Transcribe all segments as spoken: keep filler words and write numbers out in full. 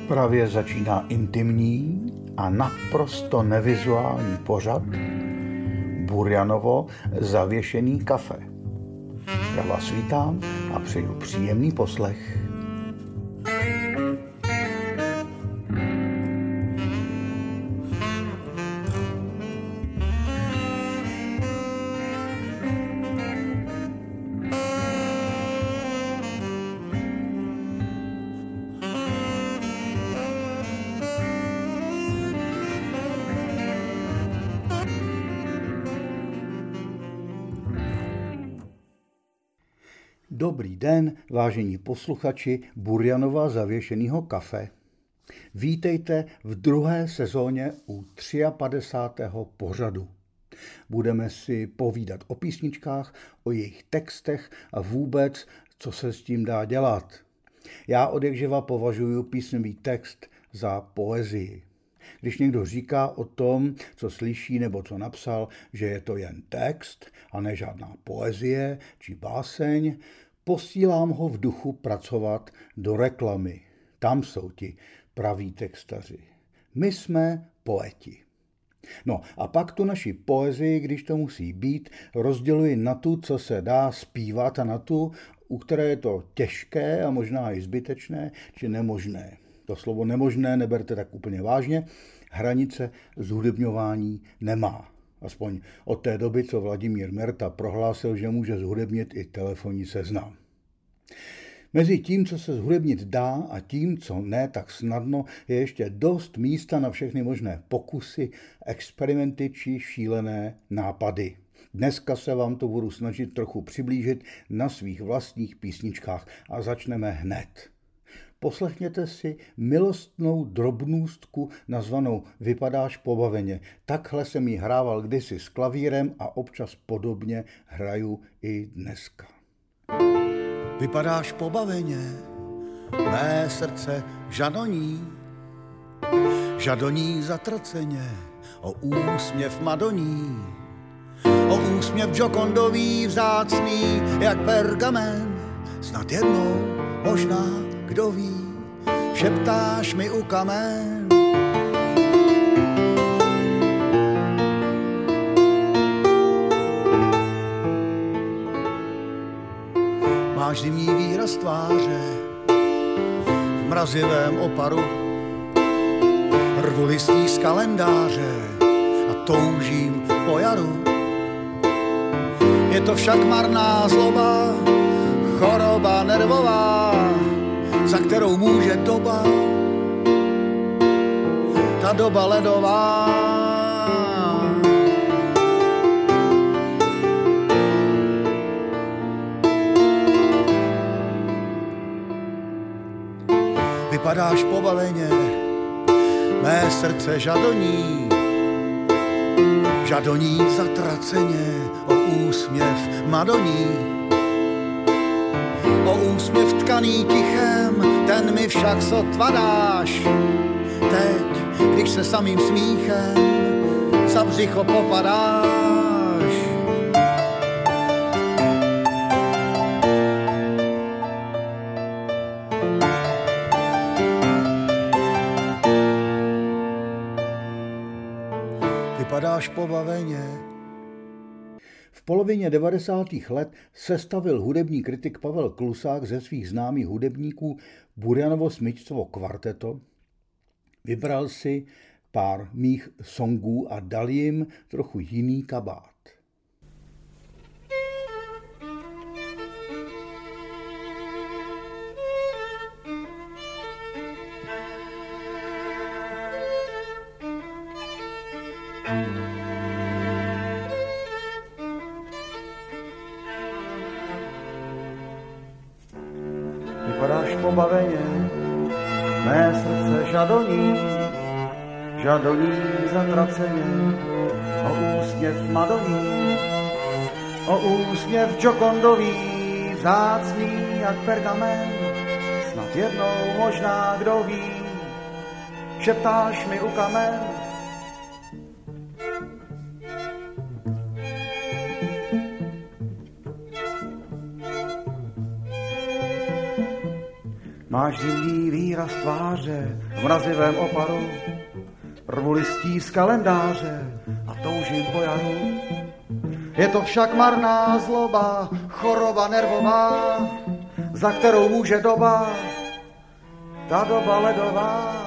Právě začíná intimní a naprosto nevizuální pořad Burjanovo zavěšený kafe. Já vás vítám a přeju příjemný poslech. Dobrý den, vážení posluchači Burjanova zavěšenýho kafe. Vítejte v druhé sezóně u padesátého třetího pořadu. Budeme si povídat o písničkách, o jejich textech a vůbec, co se s tím dá dělat. Já odjakživa považuji písňový text za poezii. Když někdo říká o tom, co slyší nebo co napsal, že je to jen text a ne žádná poezie či báseň, posílám ho v duchu pracovat do reklamy. Tam jsou ti praví textaři. My jsme poeti. No a pak tu naši poezii, když to musí být, rozděluji na tu, co se dá zpívat, a na tu, u které je to těžké a možná i zbytečné, či nemožné. To slovo nemožné neberte tak úplně vážně, hranice zhudebňování nemá. Aspoň od té doby, co Vladimír Merta prohlásil, že může zhudebnit i telefonní seznam. Mezi tím, co se zhudebnit dá, a tím, co ne tak snadno, je ještě dost místa na všechny možné pokusy, experimenty či šílené nápady. Dneska se vám to budu snažit trochu přiblížit na svých vlastních písničkách a začneme hned. Poslechněte si milostnou drobnůstku nazvanou Vypadáš pobaveně. Takhle jsem ji hrával kdysi s klavírem a občas podobně hraju i dneska. Vypadáš pobaveně, mé srdce žadoní, žadoní zatraceně, o úsměv Madoní, o úsměv Jokondový vzácný, jak pergamen, snad jednou, možná, kdo ví, šeptáš mi u kamen. Máš zimní výraz tváře v mrazivém oparu, rvu listí z kalendáře a toužím po jaru. Je to však marná zloba, choroba nervová, za kterou může doba, ta doba ledová. Vypadáš pobaveně, mé srdce žadoní, žadoní zatraceně, o úsměv Madoní, o úsměv tkaný tichem, ten mi však sotva dáš. Teď, když se samým smíchem za břicho popadáš. Vypadáš pobaveně. V polovině devadesátých let sestavil hudební kritik Pavel Klusák ze svých známých hudebníků Burjanovo smyčcovo kvarteto, vybral si pár mých songů a dal jim trochu jiný kabát. Vypadáš pobaveně, mé srdce žadoní, žadoní zatraceně, o úsměv Madoní, o úsměv Jokondový, vzácný jak pergamen, snad jednou možná kdo ví, šeptáš mi u kamen. Máš zimní výraz tváře v mrazivém oparu, rvu listí z kalendáře a toužím po jaru. Je to však marná zloba, choroba nervová, za kterou může doba, ta doba ledová.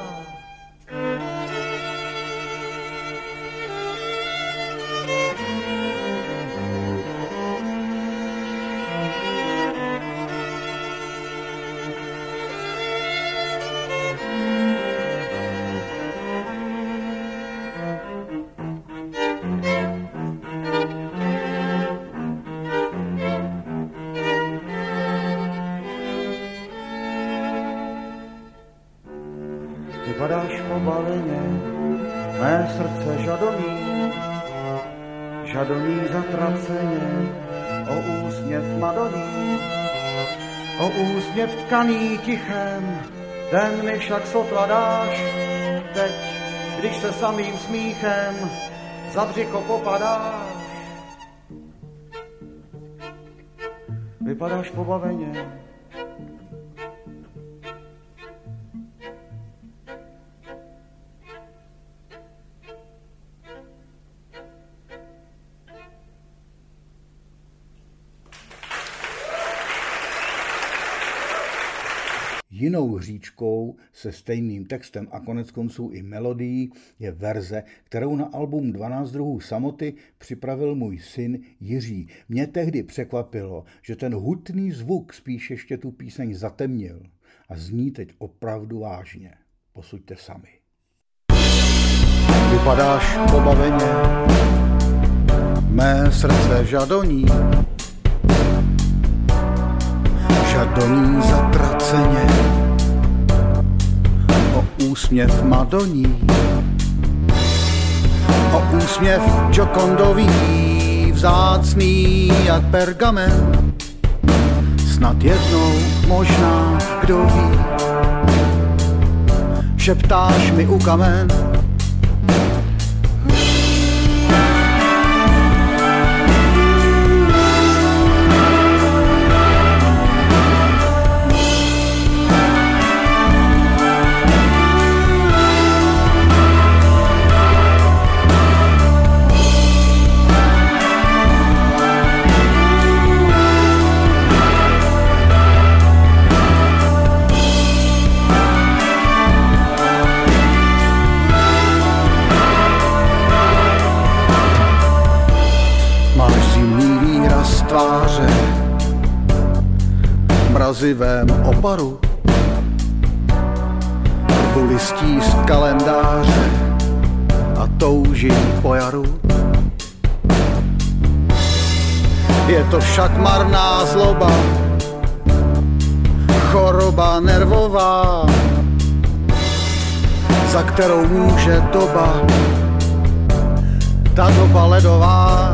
Vypadáš pobaveně, mé srdce žadoní, žadoní zatraceně, o úsměv Madoní, o úsměv tkaný tichem, ten mi však sotva dáš, teď, když se samým smíchem za břicho popadáš. Vypadáš pobaveně, Jinou hříčkou se stejným textem a koneckonců i melodií je verze, kterou na album dvanáct druhů samoty připravil můj syn Jiří. Mě tehdy překvapilo, že ten hutný zvuk spíš ještě tu píseň zatemnil a zní teď opravdu vážně. Posuďte sami. Vypadáš pobaveně, mé srdce žadoní, žadoní zatraceně, o úsměv Madoní, o úsměv Jokondový, vzácný jak pergamen, snad jednou možná, kdo ví, šeptáš mi u kamen. Tváře v mrazivém oparu, rvu listí z kalendáře a toužím po jaru. Je to však marná zloba, choroba nervová, za kterou může doba, ta doba ledová.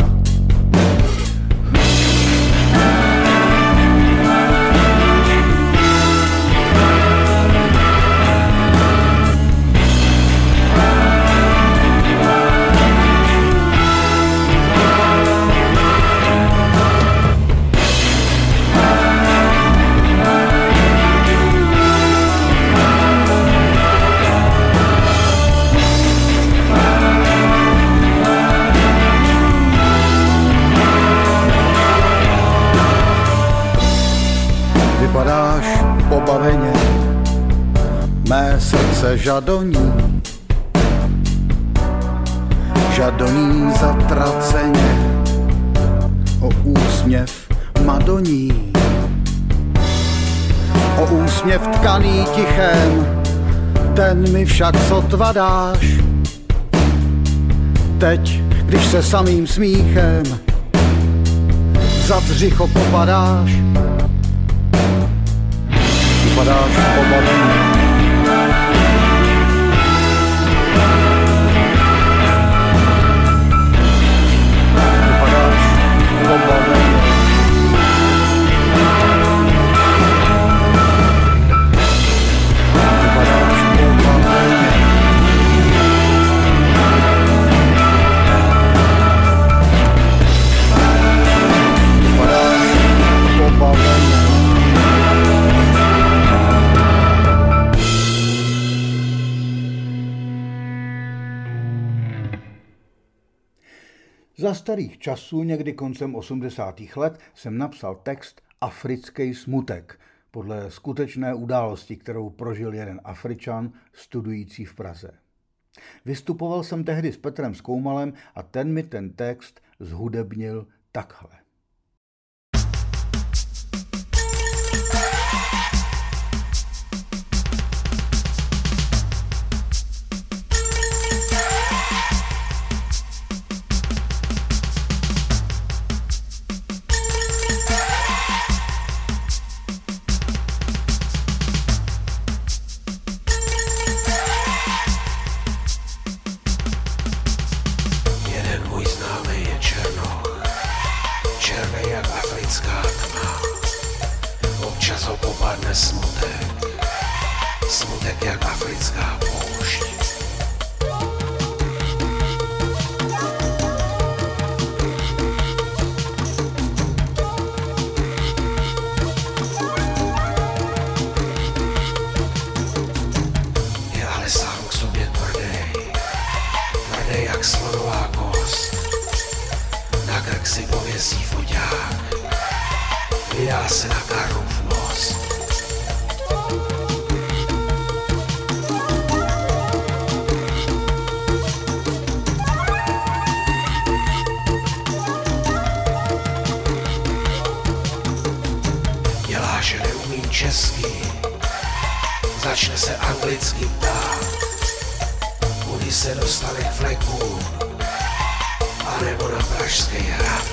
Vypadáš pobaveně, mé srdce žadoní, žadoní zatraceně, o úsměv Madoní, o úsměv tkaný tichem, ten mi však sotva dáš, teď, když se samým smíchem za břicho popadáš. Vypadáš pobaveně, vypadáš pobaveně, vypadáš pobaveně. Vypadáš pobaveně. Za starých časů, někdy koncem osmdesátých let, jsem napsal text Africký smutek, podle skutečné události, kterou prožil jeden Afričan studující v Praze. Vystupoval jsem tehdy s Petrem Skoumalem a ten mi ten text zhudebnil takhle. Smutek, smutek jak africká poušť. Je ale sám k sobě tvrdej, tvrdej jak slonová kost. Na krk si pověsí foťák, vydá se na Karlův most. Že neumím česky, začne se anglicky ptát, kudy se dostane k fleku, anebo na Pražský hrad.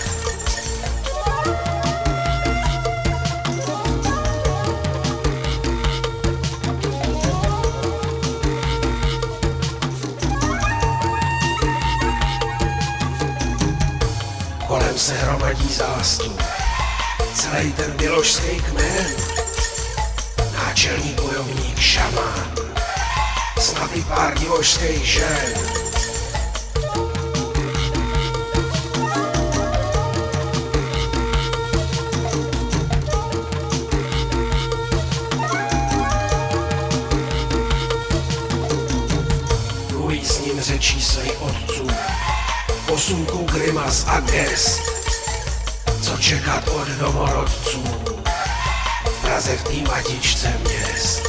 Kolem se hromadí zástup, celý ten běložský kmen, náčelník, bojovník, šamán, snad i pár divožských žen. Mluví s ním řečí svých otců, posunkou grimas a gest. Co čekat od domorodců v Praze v té matičce měst.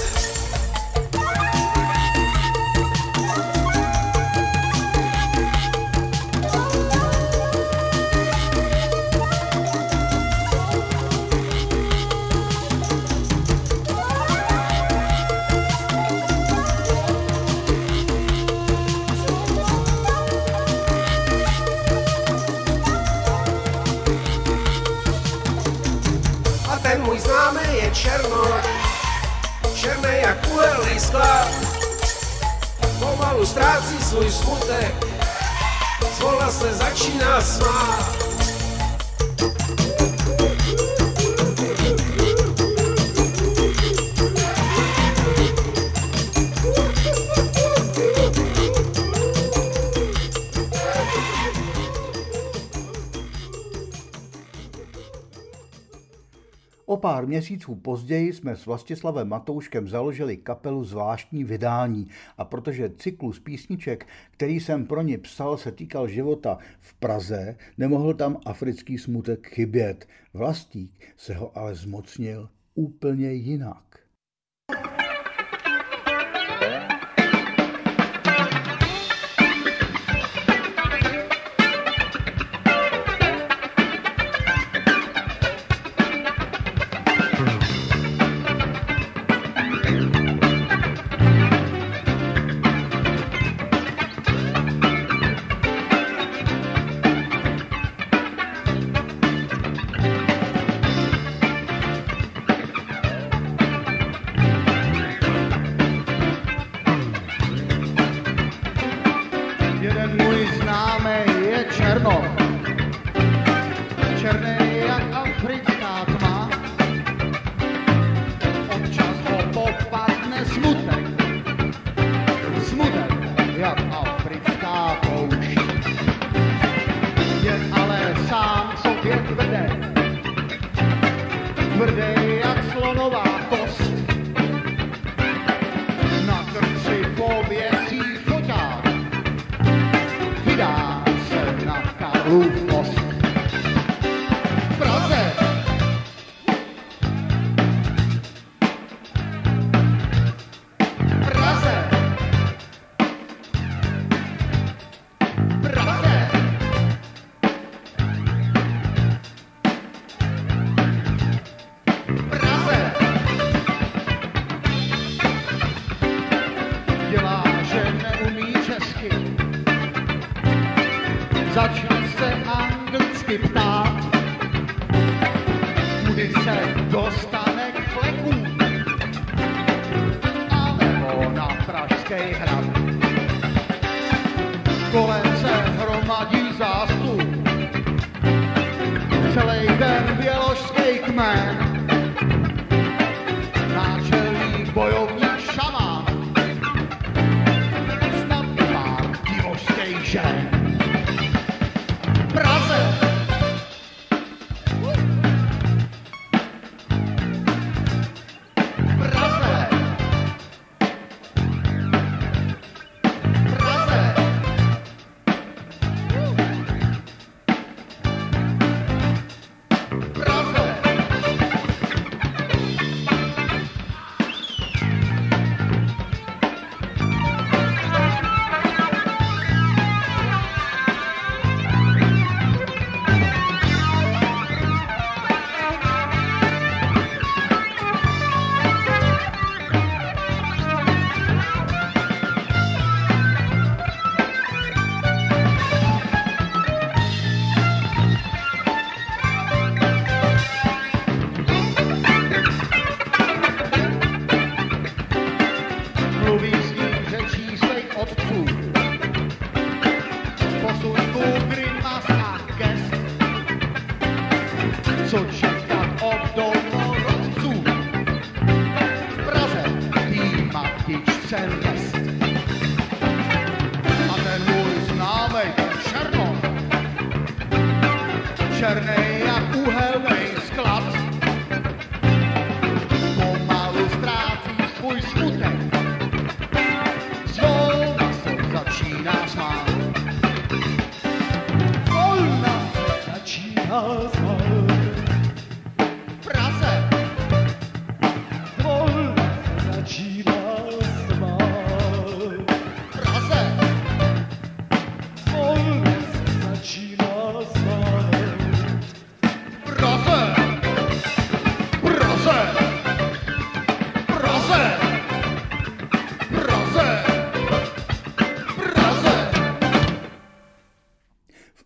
Ten můj známý je černok, černý jak uhelný sklad. Pomalu ztrácí svůj smutek, zvolna se začíná smát. O pár měsíců později jsme s Vlastislavem Matouškem založili kapelu Zvláštní vydání a protože cyklus písniček, který jsem pro ně psal, se týkal života v Praze, nemohl tam Africký smutek chybět. Vlastík se ho ale zmocnil úplně jinak.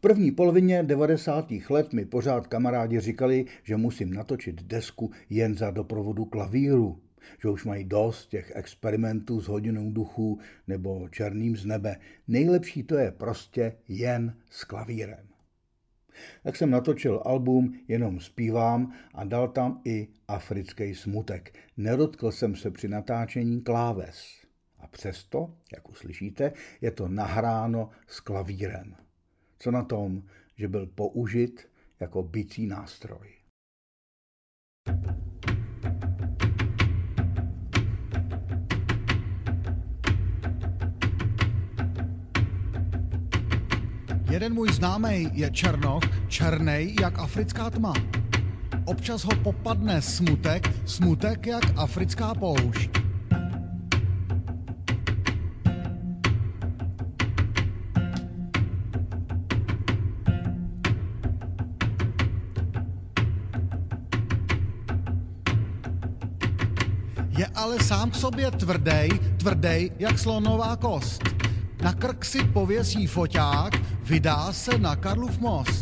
první polovině devadesátých let mi pořád kamarádi říkali, že musím natočit desku jen za doprovodu klavíru, že už mají dost těch experimentů s hodinou duchů nebo černým z nebe. Nejlepší to je prostě jen s klavírem. Tak jsem natočil album Jenom zpívám a dal tam i Africký smutek. Nedotkl jsem se při natáčení kláves. A přesto, jak uslyšíte, je to nahráno s klavírem. Co na tom, že byl použit jako bicí nástroj. Jeden můj známej je černoch, černej jak africká tma. Občas ho popadne smutek, smutek jak africká poušť. Je ale sám k sobě tvrdej, tvrdej jak slonová kost. Na krk si pověsí foťák, vydá se na Karlův most.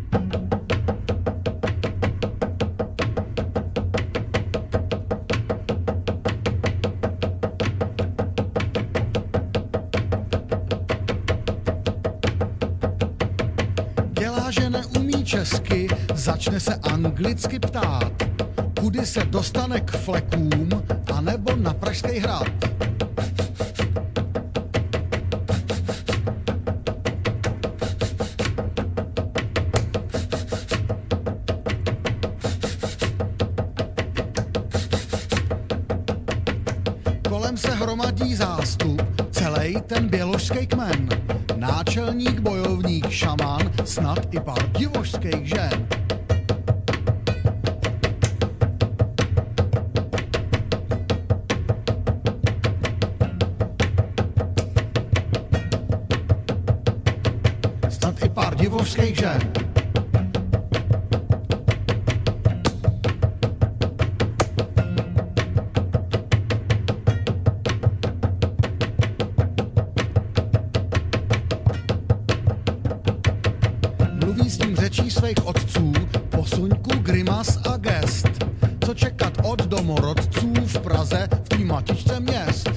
Dělá, že neumí česky, začne se anglicky ptát, kudy se dostane k flekům, anebo na Pražský hrad. Kolem se hromadí zástup, celý ten běložský kmen, náčelník, bojovník, šaman, snad i pár divožských žen. Snad i pár divožských žen. Mluví s tím řečí svých otců, posuňku, grimas a gest. Co čekat od domorodců v Praze v té matičce měst?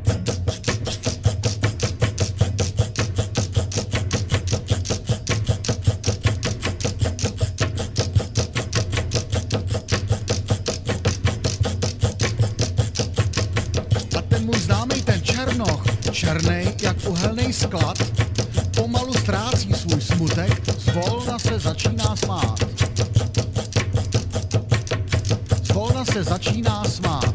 A ten můj známej, ten černoch, černej jak uhelnej sklad, pomalu ztrácí svůj smutek, zvolna se začíná smát. Zvolna se začíná smát.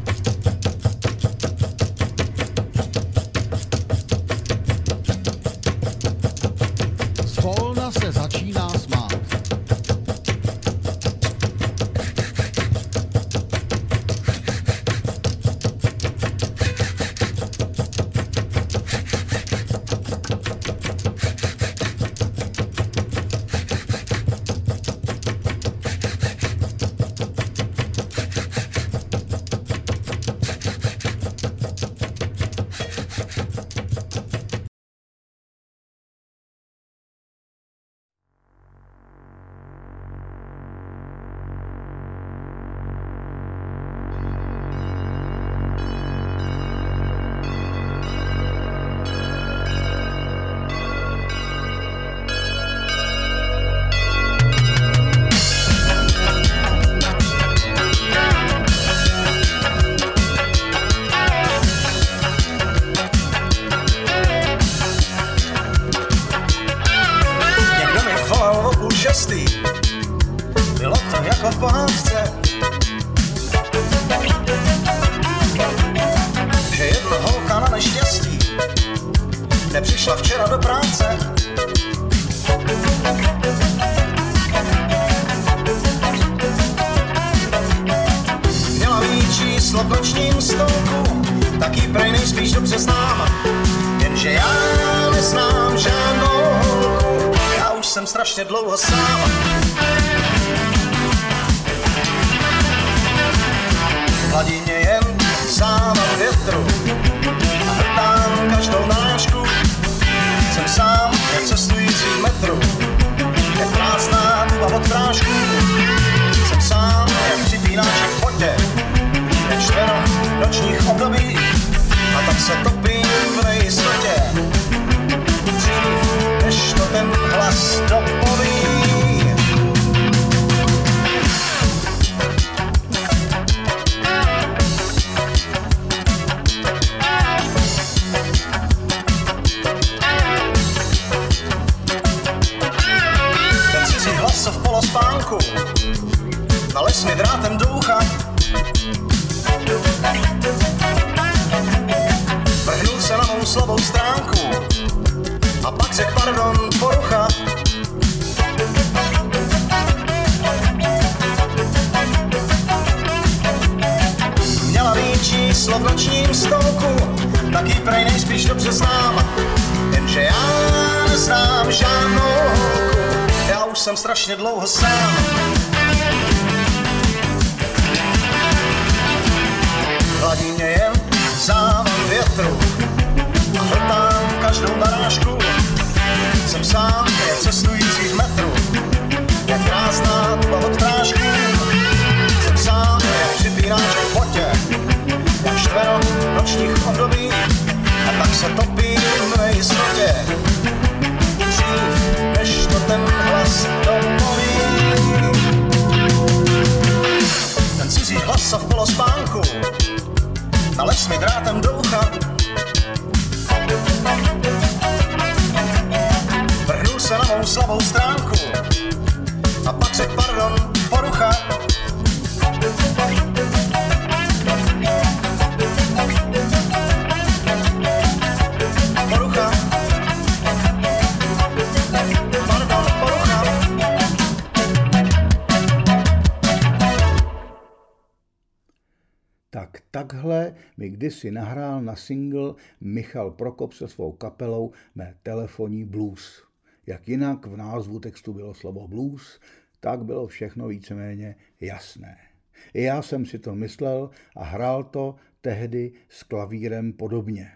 Zvolna se začíná smát. Bylo to jako v pohádce, že jedna holka na neštěstí nepřišla včera do práce. Měla mít číslo v nočním stolku, tak jí prej nejspíš dobře znám, jenže já neznám žádnou holku, já už jsem strašně dlouho sám. Hladí mě jen závad větru a hrtám každou nášku. Jsem sám, jak cestující v metru, nočních období a tak se topím v nejistotě. Dřív, než to ten hlas dopoví. Ten cizí hlas v polospánku nales mi drátem do ucha. Vrhnul se na mou slabou stránku a pak řekl pardon, porucha. Měla mít číslo v nočním stolku, tak jí prej nejspíš dobře znám, jenže já neznám žádnou holku, já už jsem strašně dlouho sám. Hladí mě jen závan větru a hltám každou narážku. Jsem sám, je cestující v metru, jak krásná tma od prášku. Jsem sám, jak připínáč v potě, jak čtvero nočních období a tak se topím v nejistotě. Dřív, než to ten hlas dopoví. Ten cizí hlas v polospánku nales mi drátem do ucha. Vrhnul se na mou slabou stránku a pak řekl pardon, porucha. Porucha. Pardon, porucha. Tak takhle mi kdysi nahrál na single Michal Prokop se svou kapelou Mé telefonní blues. Jak jinak v názvu textu bylo slovo blues, tak bylo všechno víceméně jasné. I já jsem si to myslel a hrál to tehdy s klavírem podobně.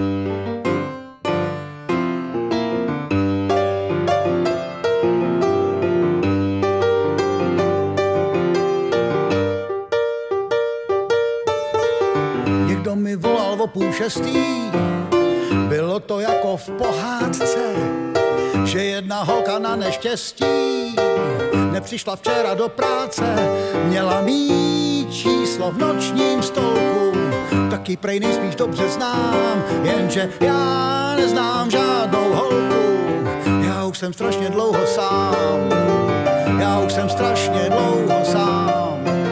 Někdo mi volal o půl šestý, bylo to jako v pohádce, že jedna holka na neštěstí nepřišla včera do práce. Měla mít číslo v nočním stolku, taky prej nejspíš dobře znám, jenže já neznám žádnou holku. Já už jsem strašně dlouho sám, já už jsem strašně dlouho sám.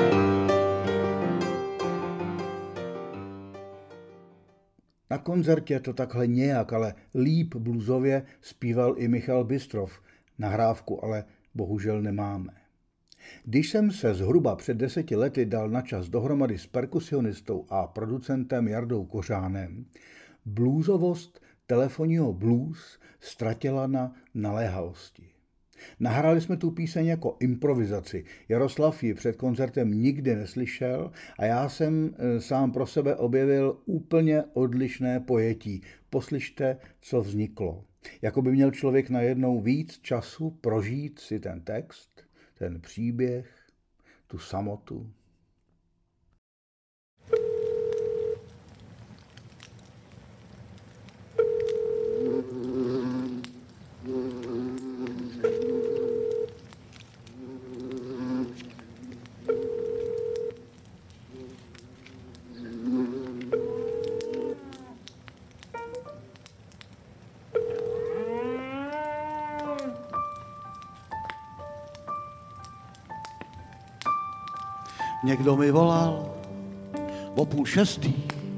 Na koncertě to takhle nějak, ale líp bluesově zpíval i Michal Bystrov. Nahrávku ale bohužel nemáme. Když jsem se zhruba před deseti lety dal na čas dohromady s perkusionistou a producentem Jardou Kořánem, bluesovost telefonního blues ztratila na naléhavosti. Nahráli jsme tu píseň jako improvizaci. Jaroslav ji před koncertem nikdy neslyšel a já jsem sám pro sebe objevil úplně odlišné pojetí. Poslyšte, co vzniklo. Jako by měl člověk najednou víc času prožít si ten text, ten příběh, tu samotu. Někdo mi volal o půl šestý,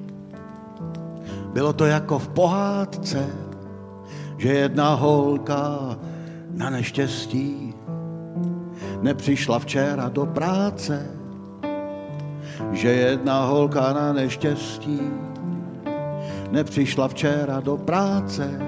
bylo to jako v pohádce, že jedna holka na neštěstí nepřišla včera do práce, že jedna holka na neštěstí nepřišla včera do práce.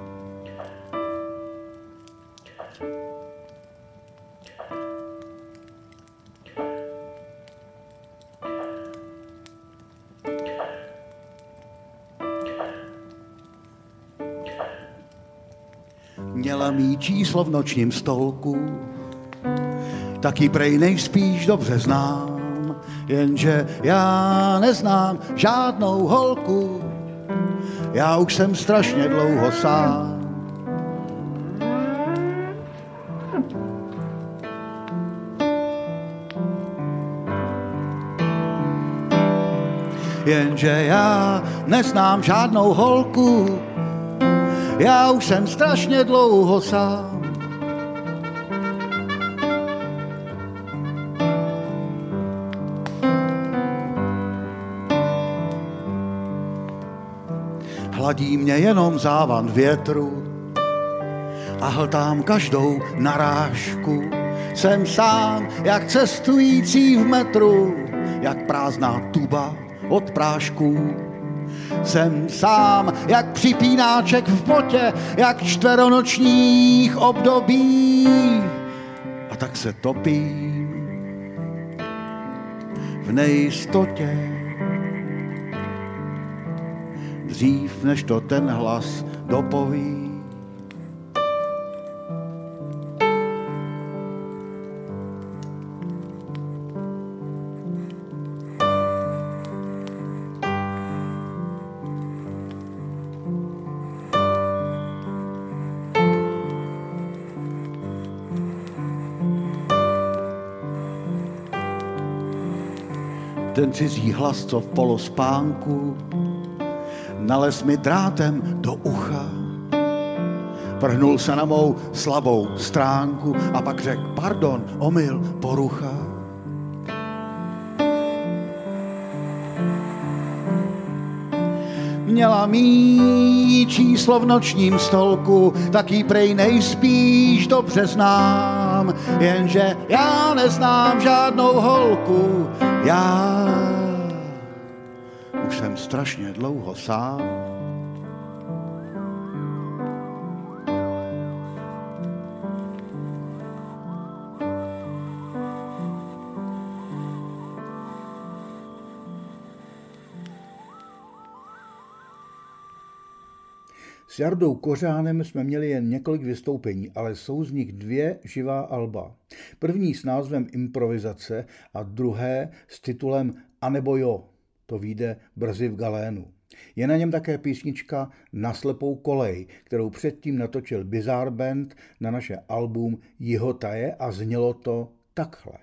Měla mít číslo v nočním stolku, taky prej nejspíš dobře znám, jenže já neznám žádnou holku, já už jsem strašně dlouho sám. Jenže já neznám žádnou holku, já už jsem strašně dlouho sám. Hladí mě jenom závan větru a hltám každou narážku. Jsem sám, jak cestující v metru, jak prázdná tuba od prášků. Jsem sám, jak připínáček v botě, jak čtveronočních období. A tak se topím v nejistotě, dřív než to ten hlas dopoví. Ten cizí hlas, co v polospánku nalez mi drátem do ucha. Vrhnul se na mou slabou stránku a pak řekl pardon, omyl, porucha. Měla mít číslo v nočním stolku, tak jí prej nejspíš dobře znám, jenže já neznám žádnou holku, já už jsem strašně dlouho sám. S Jardou Kořánem jsme měli jen několik vystoupení, ale jsou z nich dvě živá alba. První s názvem Improvizace a druhé s titulem A nebo jo. To vyjde brzy v Galénu. Je na něm také písnička Na slepou kolej, kterou předtím natočil Bizarre Band na naše album Jihotaje a znělo to takhle.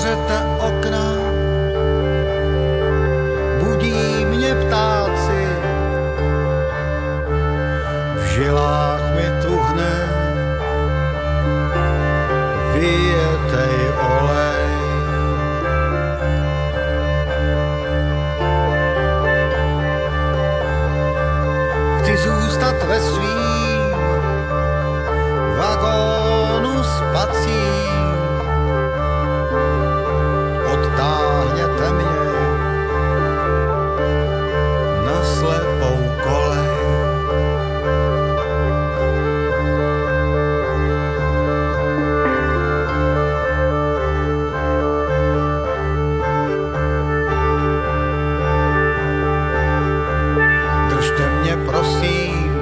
Otevřete okna, budí mě ptáci, v žilách mi tuhne vyjetej olej. Chci zůstat ve svým vagónu spací, odtáhněte mě na slepou kolej. Držte mě prosím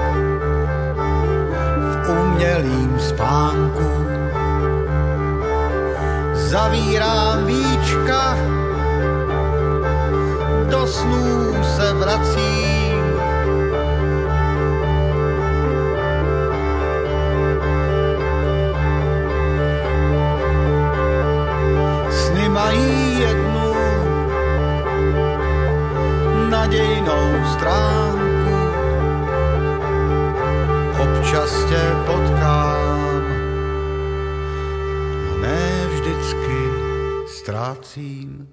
v umělým spánku, zavírám víčka, do snů se vracím. Sny mají jednu nadějnou stránku, občas tě potkám, ne vždycky ztrácím.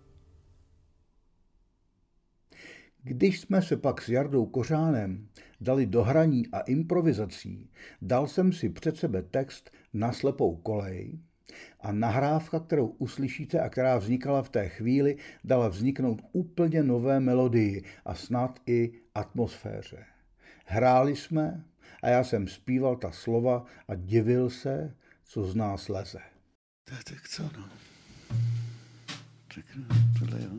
Když jsme se pak s Jardou Kořánem dali do hraní a improvizací, dal jsem si před sebe text Na slepou kolej a nahrávka, kterou uslyšíte a která vznikala v té chvíli, dala vzniknout úplně nové melodii a snad i atmosféře. Hráli jsme a já jsem zpíval ta slova a divil se, co z nás leze. Tak, tak co no? Řeknu, tohle jo.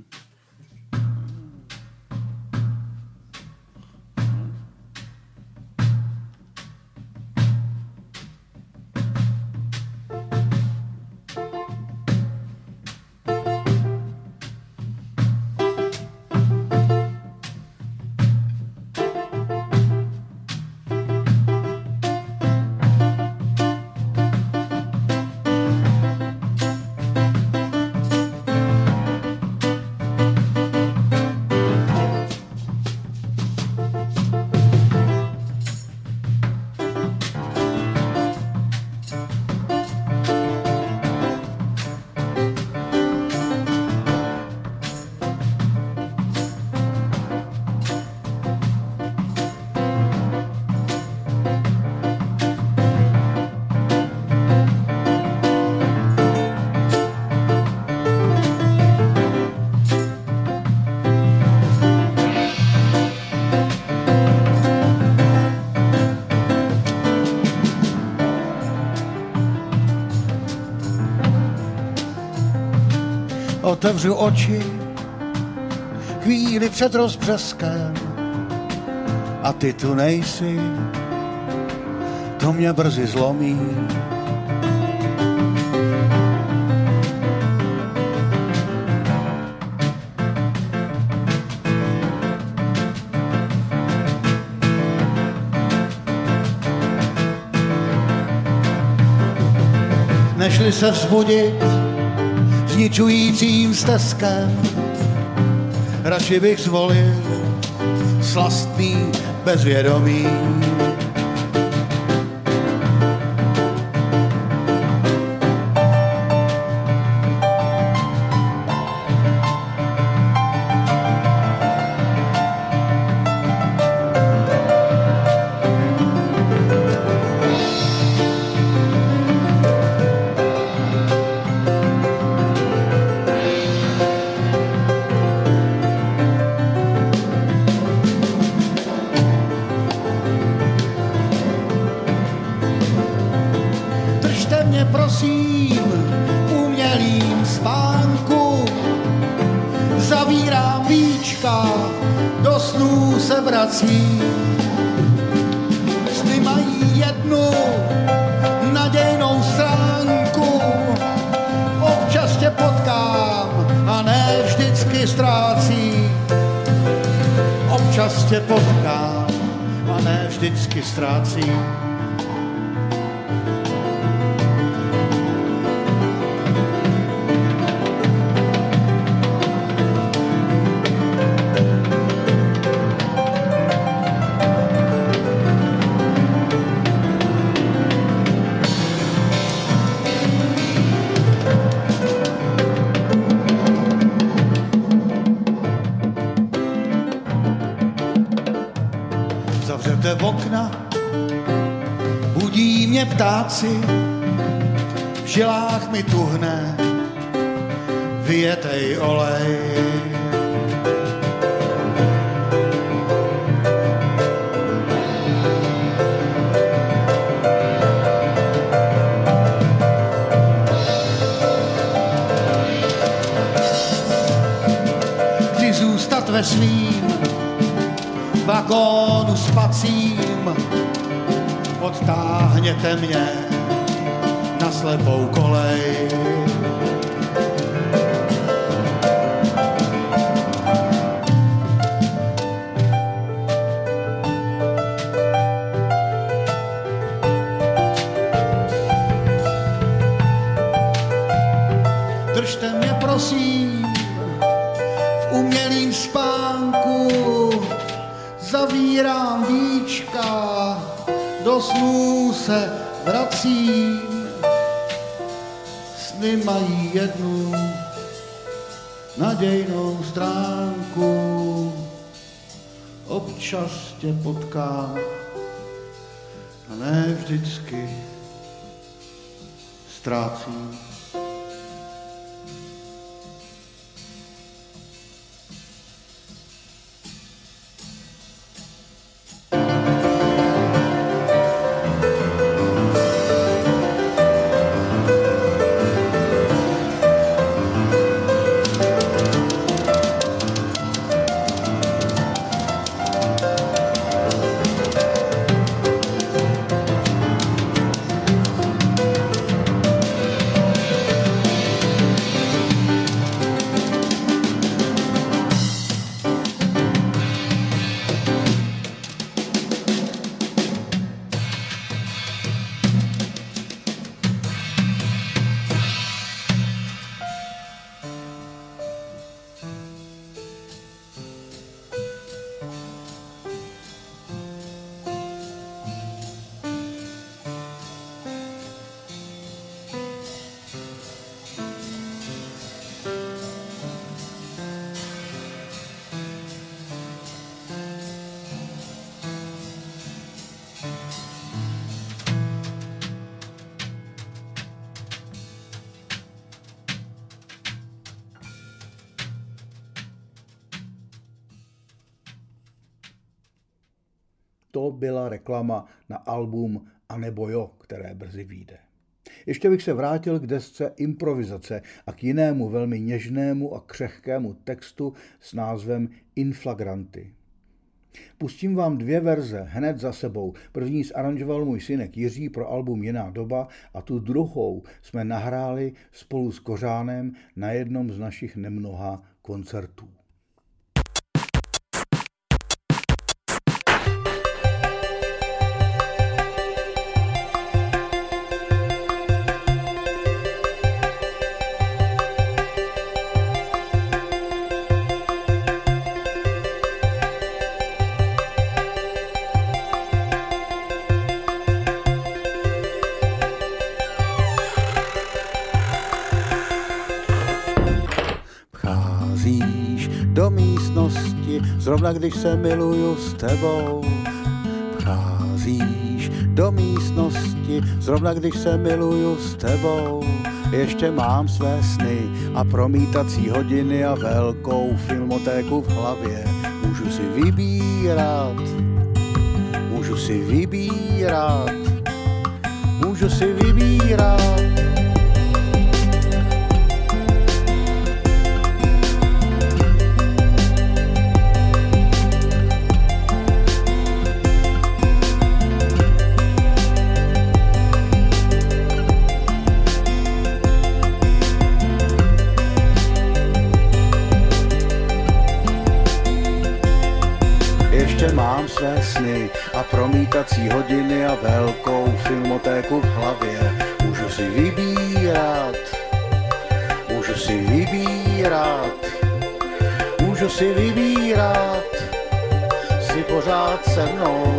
Otevřu oči chvíli před rozbřeskem a ty tu nejsi, to mě brzy zlomí. Nešli se vzbudit zničujícím steskem, radši bych zvolil slastný bezvědomí. Prosím, v umělým spánku zavírám víčka, do snů se vracím. Sny mají jednu nadějnou stránku, občas tě potkám a ne vždycky ztrácím. Občas tě potkám a ne vždycky ztrácím. Budí mě ptáci, v žilách mi tuhne vyjetej olej. Chci zůstat ve svým vagónu spacím, odtáhněte mě na slepou kolej. Držte mě prosím v umělým spánku, zavírám víčka, do snů se vracím. Sny mají jednu nadějnou stránku, občas tě potkám a ne vždycky ztrácím. To byla reklama na album A nebo jo, které brzy vyjde. Ještě bych se vrátil k desce Improvizace a k jinému velmi něžnému a křehkému textu s názvem Inflagranty. Pustím vám dvě verze hned za sebou. První zaranžoval můj synek Jiří pro album Jiná doba a tu druhou jsme nahráli spolu s Kořánem na jednom z našich nemnoha koncertů. Do místnosti, zrovna když se miluju s tebou. Vcházíš do místnosti, zrovna když se miluju s tebou. Ještě mám své sny a promítací hodiny a velkou filmotéku v hlavě. Můžu si vybírat, můžu si vybírat, můžu si vybírat. Mám své sny a promítací hodiny a velkou filmotéku v hlavě. Můžu si vybírat, můžu si vybírat, můžu si vybírat, si pořád se mnou.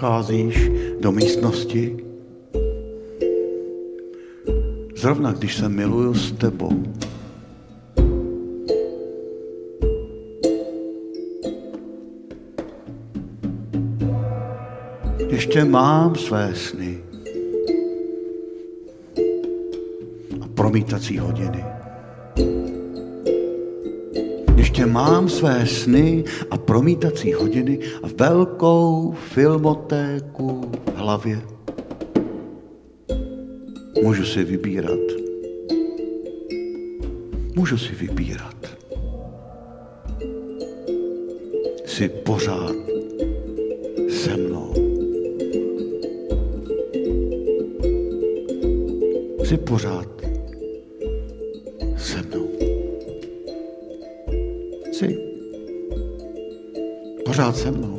vcházíš do místnosti, zrovna když se miluju s tebou. Ještě mám své sny a promítací hodiny. Ještě mám své sny a promítací hodiny a velkou filmotéku v hlavě. Můžu si vybírat. Můžu si vybírat. Jsi pořád se mnou. Jsi pořád se mnou. Jsi pořád se mnou.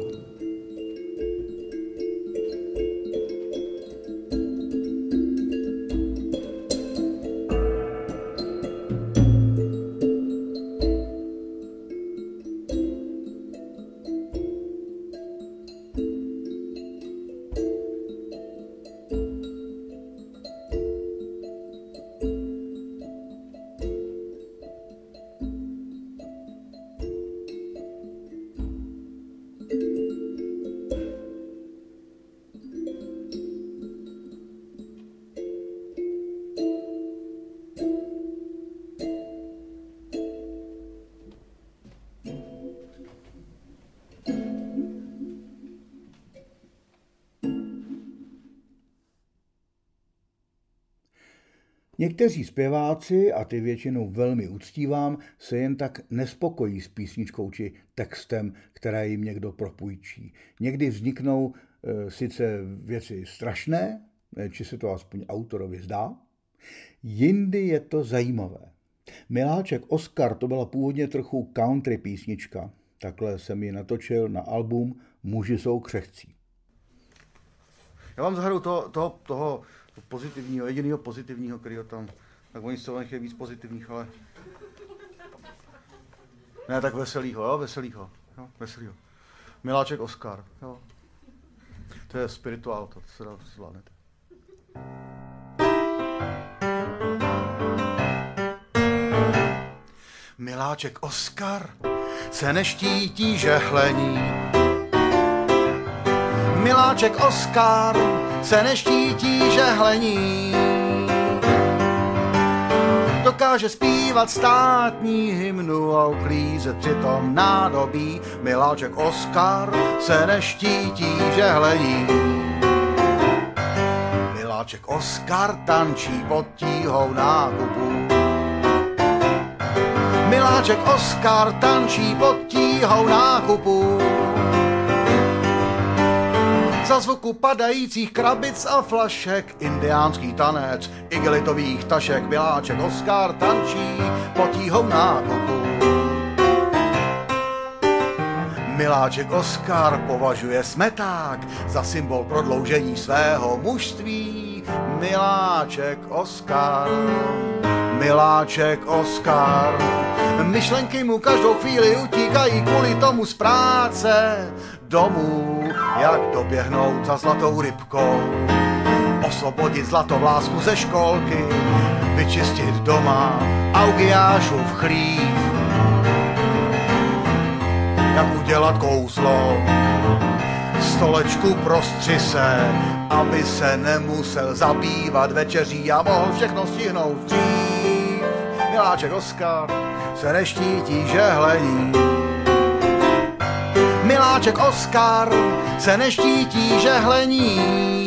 Někteří zpěváci, a ty většinou velmi uctívám, se jen tak nespokojí s písničkou či textem, které jim někdo propůjčí. Někdy vzniknou e, sice věci strašné, či se to aspoň autorovi zdá, jindy je to zajímavé. Miláček Oskar to byla původně trochu country písnička. Takhle jsem ji natočil na album Muži jsou křehcí. Já vám zahraju toho, toho, toho pozitivního, jedinýho pozitivního, kterýho tam, tak oni z toho je víc pozitivních, ale ne, tak veselýho, jo, veselýho, jo, veselýho. Miláček Oskar, jo. To je spirituál, to se dá zvládnete. Miláček Oskar se neštítí žehlení. Miláček Oskar se neštítí žehlení. Dokáže zpívat státní hymnu a uklízet přitom nádobí. Miláček Oskar se neštítí žehlení. Miláček Oskar tančí pod tíhou nákupu. Miláček Oskar tančí pod tíhou nákupu. Za zvuku padajících krabic a flašek, indiánský tanec, igelitových tašek, Miláček Oskar tančí pod tíhou nákupu. Miláček Oskar považuje smeták za symbol prodloužení svého mužství. Miláček Oskar, Miláček Oskar. Myšlenky mu každou chvíli utíkají kvůli tomu z práce domů, jak doběhnout za zlatou rybkou, osvobodit zlatovlásku ze školky, vyčistit doma Augiášův chlív, jak udělat kouzlo, stolečku prostři se, aby se nemusel zabývat večeří a mohl všechno stihnout dřív. Miláček Oskar se neštítí žehlení. Miláček Oskar se neštítí žehlení.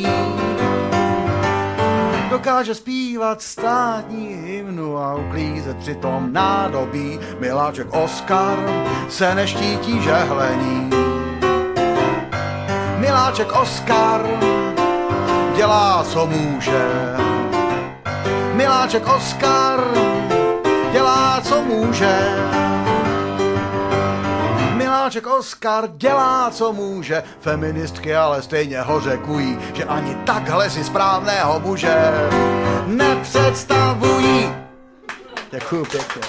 Dokáže zpívat státní hymnu a uklízet přitom nádobí. Miláček Oskar se neštítí žehlení. Miláček Oskar dělá, co může. Miláček Oskar dělá, co může. Miláček Oskar dělá, co může. Feministky ale stejně ho řekují, že ani takhle si správného muže nepředstavují. Děkuju pěkně.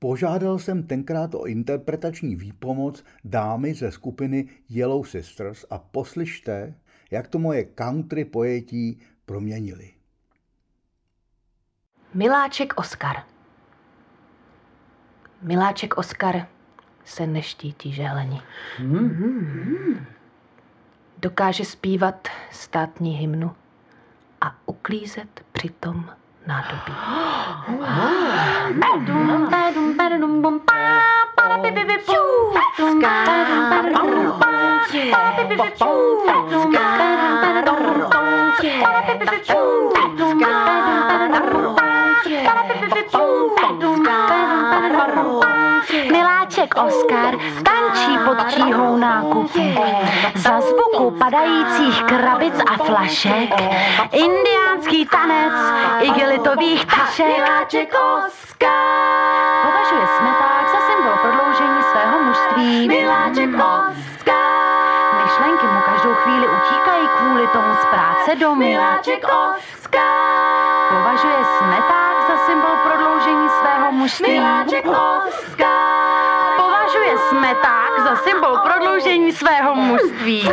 Požádal jsem tenkrát o interpretační výpomoc dámy ze skupiny Yellow Sisters a poslyšte, jak to moje country pojetí proměnili. Miláček Oskar. Miláček Oskar se neštítí žehleni. Hmm. Dokáže zpívat státní hymnu a uklízet přitom nádobí. Miláček Oskar tančí pod tíhou nákupů. Za zvuku padajících krabic a flašek indiánský tanec igelitových tašek. Miláček Oskar považuje smeták za symbol prodloužení svého mužství. Miláček Oskar myšlenky mu každou chvíli utíkají kvůli tomu z práce domů. Miláček Oskar považuje smeták za symbol prodloužení svého mužství. Miláček Oskar považuje smeták za symbol prodloužení svého mužství.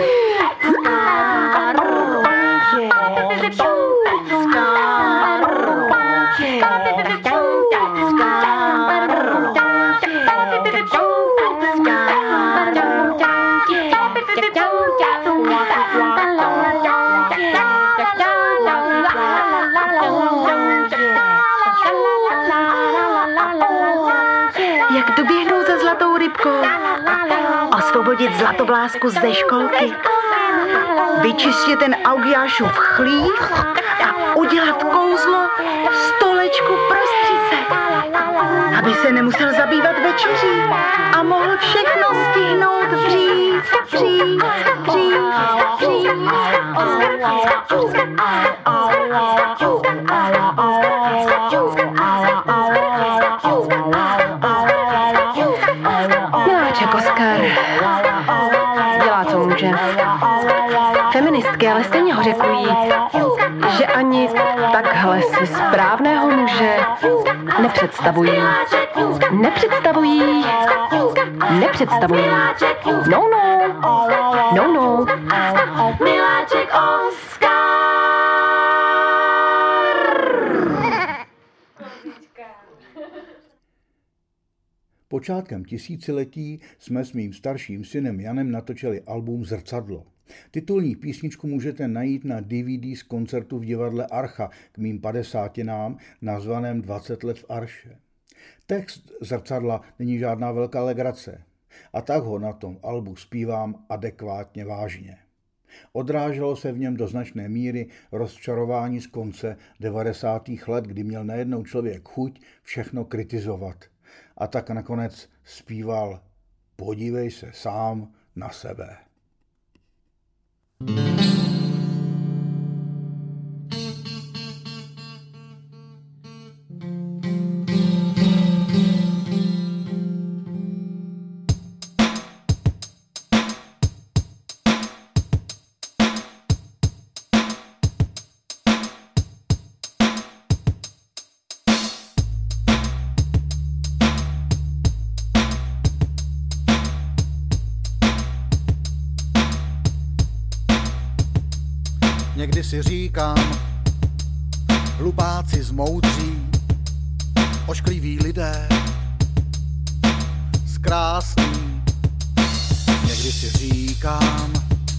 Jak doběhnou za zlatou rybkou, osvobodit zlatoblásku ze školky, vyčistit ten Augiášův chlív a udělat kouzlo stolečku pro stříce, aby se nemusel zabývat večeří a mohl všechno stihnout dřív, dřív, dřív, dřív. Miláček Oskar dělá, co může. Feministky ale stejně hořekují, že ani takhle si správného muže nepředstavují. Nepředstavují. Nepředstavují. No, no. No, no. Miláček Oskar. Počátkem tisíciletí jsme s mým starším synem Janem natočili album Zrcadlo. Titulní písničku můžete najít na D V D z koncertu v divadle Archa k mým padesátinám nazvaném dvacet let v Arše. Text Zrcadla není žádná velká legrace a tak ho na tom albu zpívám adekvátně vážně. Odráželo se v něm do značné míry rozčarování z konce devadesátých let, kdy měl najednou člověk chuť všechno kritizovat. A tak nakonec zpíval Podívej se sám na sebe. Někdy si říkám, hlupáci zmoudří, oškliví lidé, zkrásný. Někdy si říkám,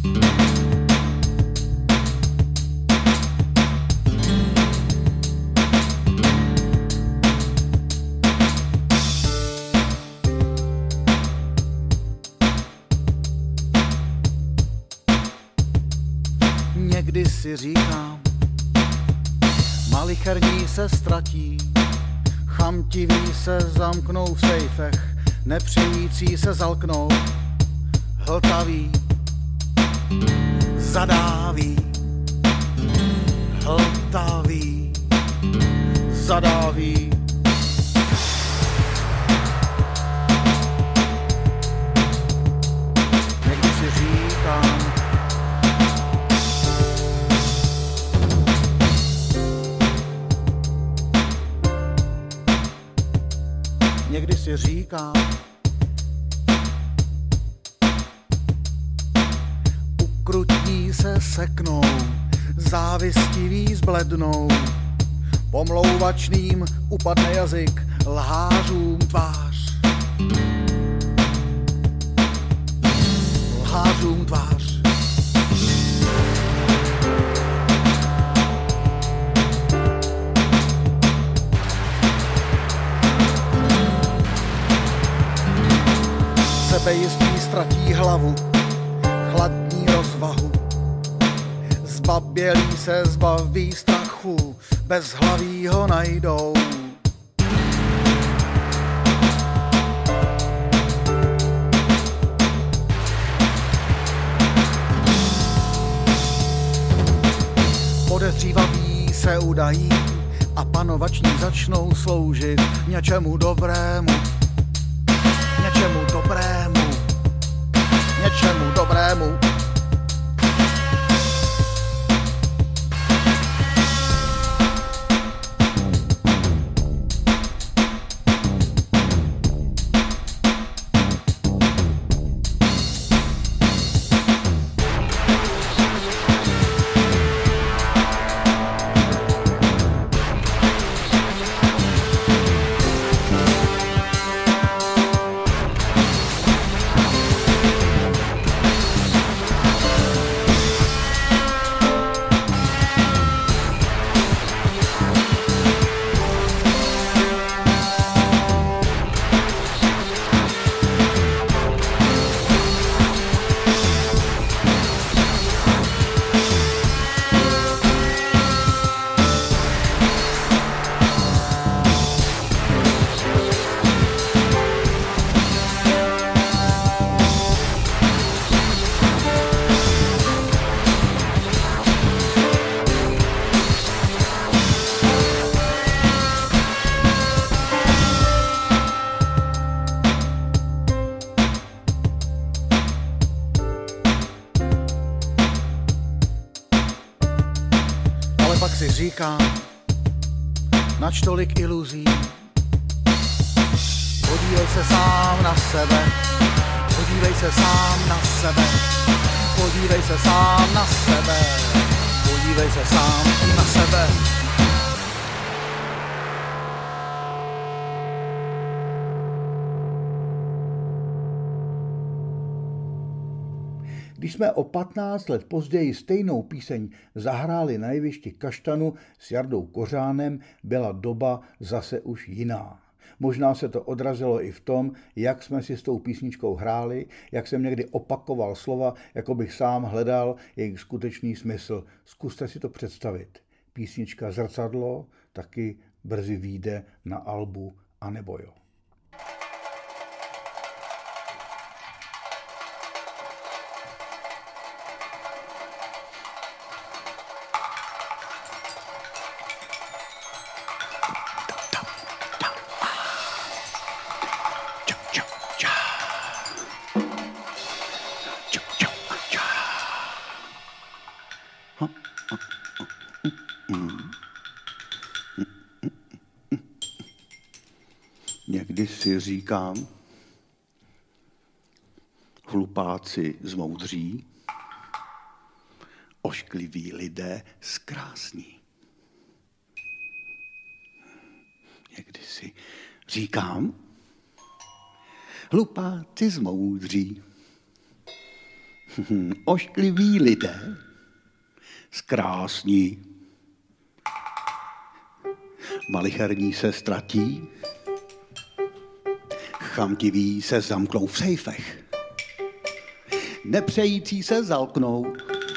Někdy si říkám, malicherní se ztratí, chamtiví se zamknou v sejfech, nepřející se zalknou, hltaví, zadáví, hltaví, zadáví. Někdy si říkám, někdy si říkám. Ukrutní se seknou, závistivý zblednou, pomlouvačným upadne jazyk, lhářům tvář. Lhářům tvář. Sebejistí ztratí hlavu, chladní rozvahu. Zbabělí se zbaví strachu, bez hlaví ho najdou. Podezřívaví se udají a panovační začnou sloužit něčemu dobrému. Něčemu dobrému. Něčemu dobrému. Říkám, nač tolik iluzí. Podívej se sám na sebe, podívej se sám na sebe, podívej se sám na sebe, podívej se sám na sebe. Když jsme o patnáct let později stejnou píseň zahráli na jevišti Kaštanu s Jardou Kořánem, byla doba zase už jiná. Možná se to odrazilo i v tom, jak jsme si s tou písničkou hráli, jak jsem někdy opakoval slova, jako bych sám hledal jejich skutečný smysl. Zkuste si to představit. Písnička Zrcadlo taky brzy vyjde na albu A nebo jo. Někdy si říkám, hlupáci zmoudří, oškliví lidé zkrásní. Někdy si říkám, hlupáci zmoudří, oškliví lidé zkrásní. Malicherní se ztratí, chamtiví se zamknou v sejfech, nepřející se zalknou,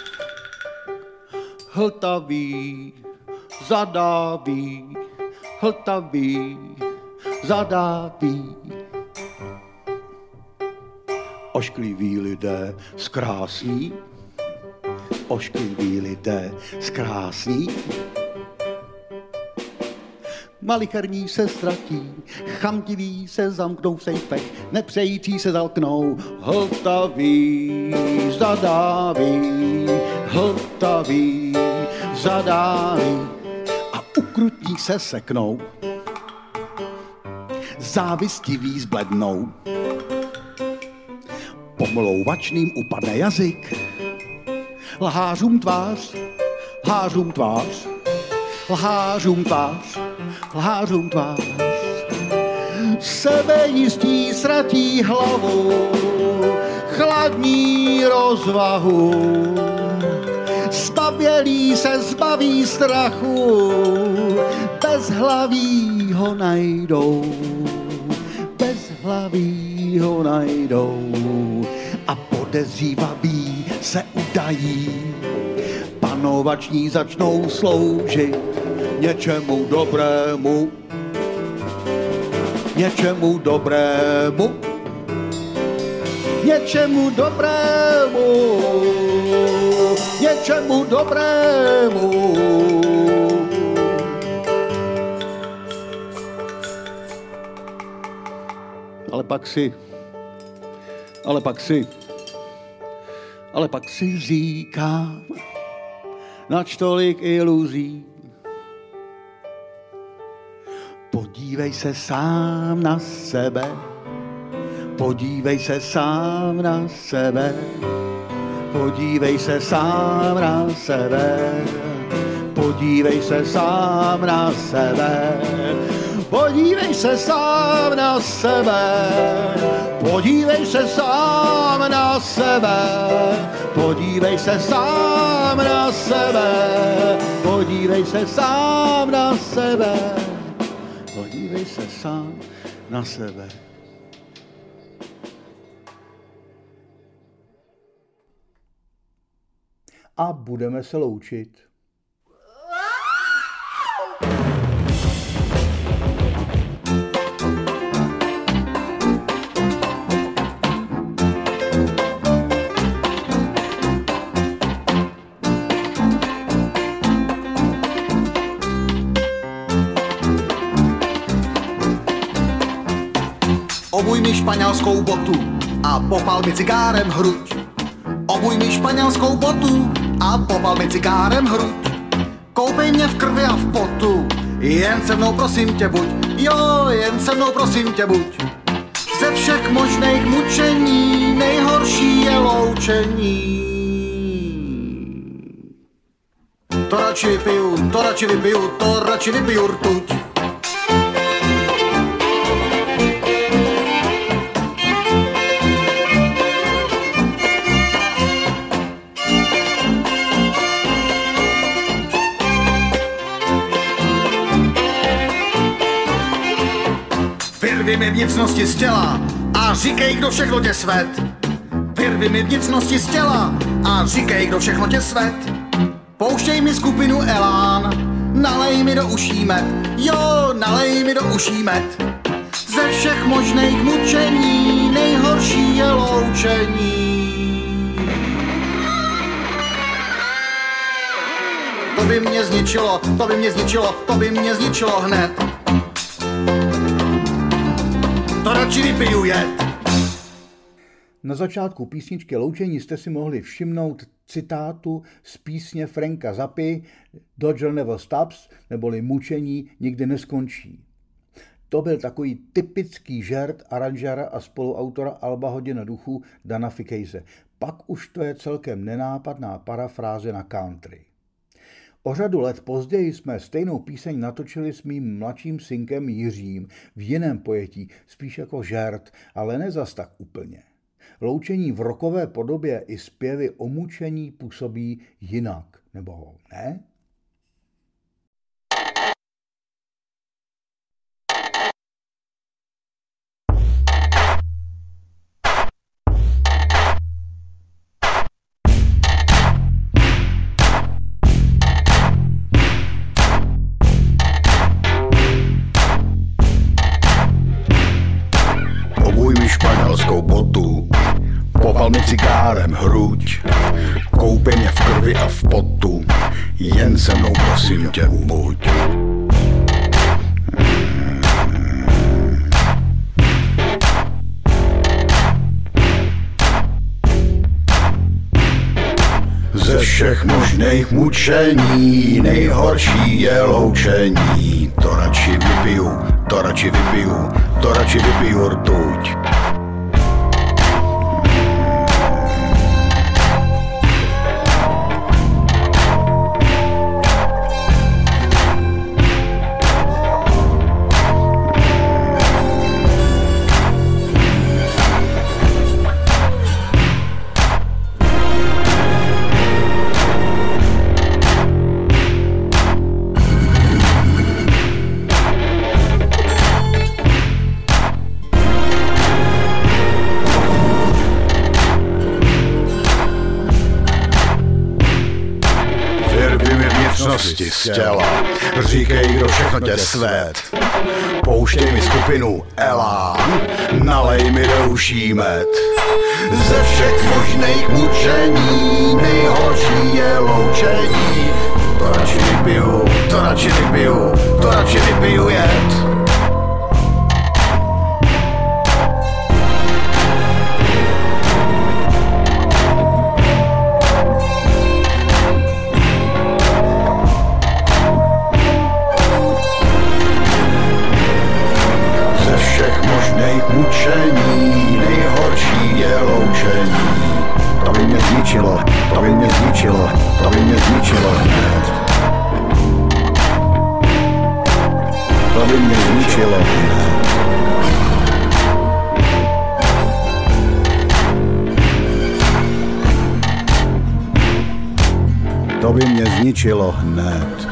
hltaví, zadáví, hltaví, zadáví. Oškliví lidé zkrásní, oškliví lidé zkrásní. Malicherní se ztratí, chamtiví se zamknou v sejfech, nepřející se zalknou, hltaví, zadáví, hltaví, zadáví a ukrutní se seknou, závistivý zblednou. Pomlouvačným upadne jazyk, lhářům tvář, lhářům tvář, lhářům tvář, lhářům tvář. Sebejistí ztratí hlavu, chladní rozvahu, zbabělí se zbaví strachu, bezhlaví ho najdou, bezhlaví ho najdou a podezřívaví se udají. Panovační začnou sloužit něčemu dobrému, něčemu dobrému, něčemu dobrému, něčemu dobrému. Ale pak si, ale pak si, ale pak si říkám, nač tolik iluzí. Podívej se sám na sebe, podívej se sám na sebe, podívej se sám na sebe, podívej se sám na sebe, podívej se sám na sebe, podívej se sám na sebe, podívej se sám na sebe, podívej se sám na sebe, podívej se sám na sebe. A budeme se loučit. Obuj mi španělskou botu a popal mi cigárem hruď. Obuj mi španělskou botu a popal mi cigárem hruď. Koupej mě v krvi a v potu, jen se mnou prosím tě buď. Jo, jen se mnou prosím tě buď. Ze všech možných mučení nejhorší je loučení. To radši vypiju, to radši vypiju, to radši vypiju rtuť. Vyrvi mi vnitřnosti z těla a říkej, kdo všechno tě sved. Vyrvi mi vnitřnosti z těla a říkej, kdo všechno tě sved. Pouštěj mi skupinu Elán, nalej mi do uší med. Jo, nalej mi do uší med. Ze všech možných mučení nejhorší je loučení. To by mě zničilo, to by mě zničilo, to by mě zničilo hned. To radši vypiju jet. Na začátku písničky Loučení jste si mohli všimnout citátu z písně Franka Zappy Dodger Never Stops, neboli Mučení nikdy neskončí. To byl takový typický žert aranžera a spoluautora alba Hodina duchů Dana Fickeise. Pak už to je celkem nenápadná parafráze na country. O řadu let později jsme stejnou píseň natočili s mým mladším synkem Jiřím v jiném pojetí, spíš jako žert, ale ne zas tak úplně. Loučení v rockové podobě i zpěvy o mučení působí jinak, nebo ne? Španělskou botu, popal mi cigárem hruď, koupej mě v krvi a v potu, jen se mnou prosím tě buď. Ze všech možných mučení nejhorší je loučení. To radši vypiju, to radši vypiju, to radši vypiju rtuť. Z těla. Říkej, kdo všechno tě sved. Pouštěj mi skupinu Elán, nalej mi do uší med. Ze všech možných mučení nejhorší je loučení. To radši vypiju, to radši vypiju, to radši vypiju jed. Mučení, nejhorší je loučení. To by mě zničilo, to by mě zničilo, to by mě zničilo hned. To by mě zničilo hned. To by mě zničilo hned.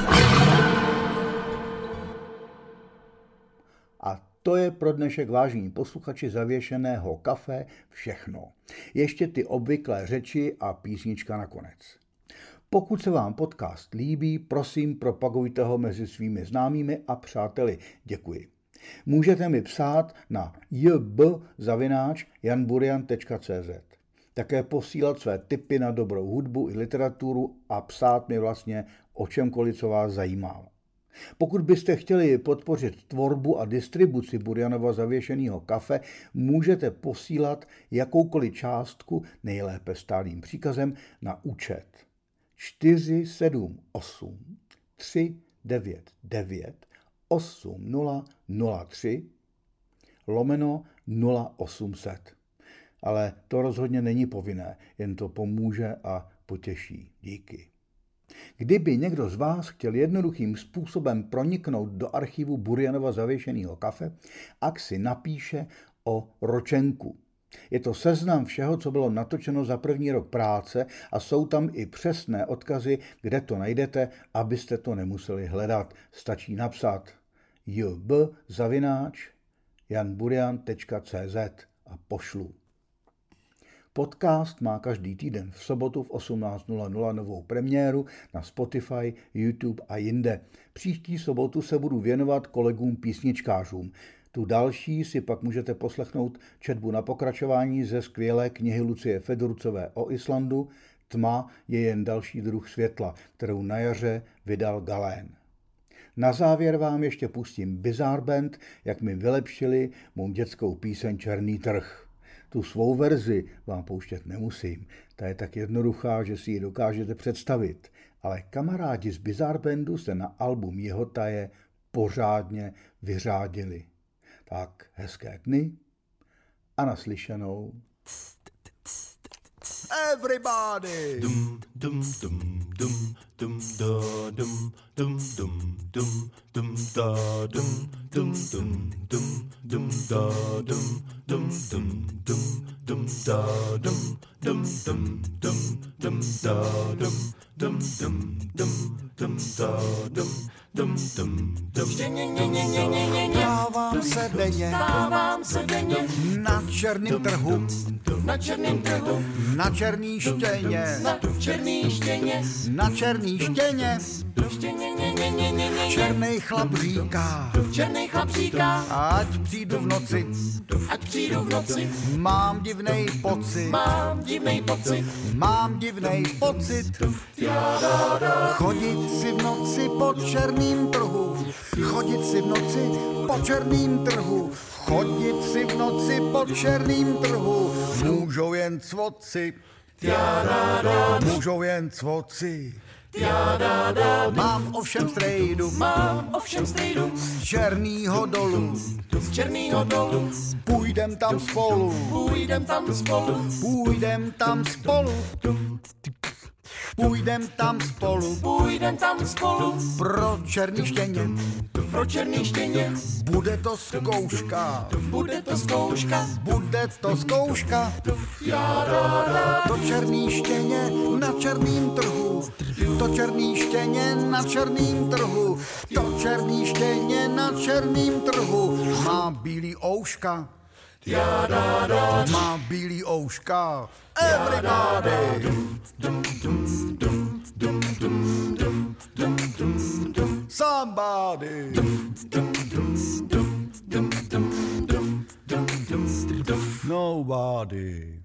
To je pro dnešek, vážení posluchači, zavěšeného kafe všechno. Ještě ty obvyklé řeči a písnička nakonec. Pokud se vám podcast líbí, prosím, propagujte ho mezi svými známými a přáteli. Děkuji. Můžete mi psát na j b zavináč jan burian tečka cé zet. Také posílat své tipy na dobrou hudbu i literaturu a psát mi vlastně o čemkoliv, co vás zajímá. Pokud byste chtěli podpořit tvorbu a distribuci Burianova zavěšeného kafe, můžete posílat jakoukoliv částku, nejlépe stálým příkazem, na účet čtyři sedm osm tři devět devět osm nula nula tři lomeno nula osm set. Ale to rozhodně není povinné, jen to pomůže a potěší. Díky. Kdyby někdo z vás chtěl jednoduchým způsobem proniknout do archivu Burianova zavěšeného kafe, ak si napíše o ročenku. Je to seznam všeho, co bylo natočeno za první rok práce a jsou tam i přesné odkazy, kde to najdete, abyste to nemuseli hledat. Stačí napsat j b zavináč jan burian tečka cé zet a pošlu. Podcast má každý týden v sobotu v osmnáct nula nula novou premiéru na Spotify, YouTube a jinde. Příští sobotu se budu věnovat kolegům písničkářům. Tu další si pak můžete poslechnout četbu na pokračování ze skvělé knihy Lucie Fedorcové o Islandu Tma je jen další druh světla, kterou na jaře vydal Galén. Na závěr vám ještě pustím Bizarre Band, jak mi vylepšili mou dětskou píseň Černý trh. Tu svou verzi vám pouštět nemusím, ta je tak jednoduchá, že si ji dokážete představit, ale kamarádi z Bizarre Bandu se na album Jihotaje pořádně vyřádili. Tak hezké dny a naslyšenou. Everybody! Dum dum dum dum dum da dum dum dum dum dum da dum dum dum dum dum da dum dum dum dum dum da dum dum dum dum dum da dum dum dum dum dum da dum dum dum dum. Dávám se denně, Dávám se denně na černém trhu, na černém trhu, na černý štěně, na černý štěně, na černý štěně. štěně, ně, ně, ně, ně, ně. Černej chlap říká, Černý chlap říká, ať přijdu v noci, ať přijdu v noci, mám divnej pocit, mám divnej pocit. mám divnej pocit. Chodit si v noci po černým trhu, chodit si v noci po černým trhu, chodit si v noci po černým trhu, můžou jen cvoci. Můžou jen cvoci. Mám ovšem strejdu, mám ovšem strejdu z Černýho dolu, z Černýho dolu, půjdem tam spolu, půjdem tam spolu, půjdem tam spolu, půjdem tam spolu, půjdem tam spolu, pro černý štěně, pro černý štěně, bude to zkouška, bude to zkouška, bude to zkouška, to černý štěně na černým trhu, to černý štěně na černým trhu, to černý štěně na černým trhu, má bílý ouška, má bílý ouška, everybody. Somebody. Nobody.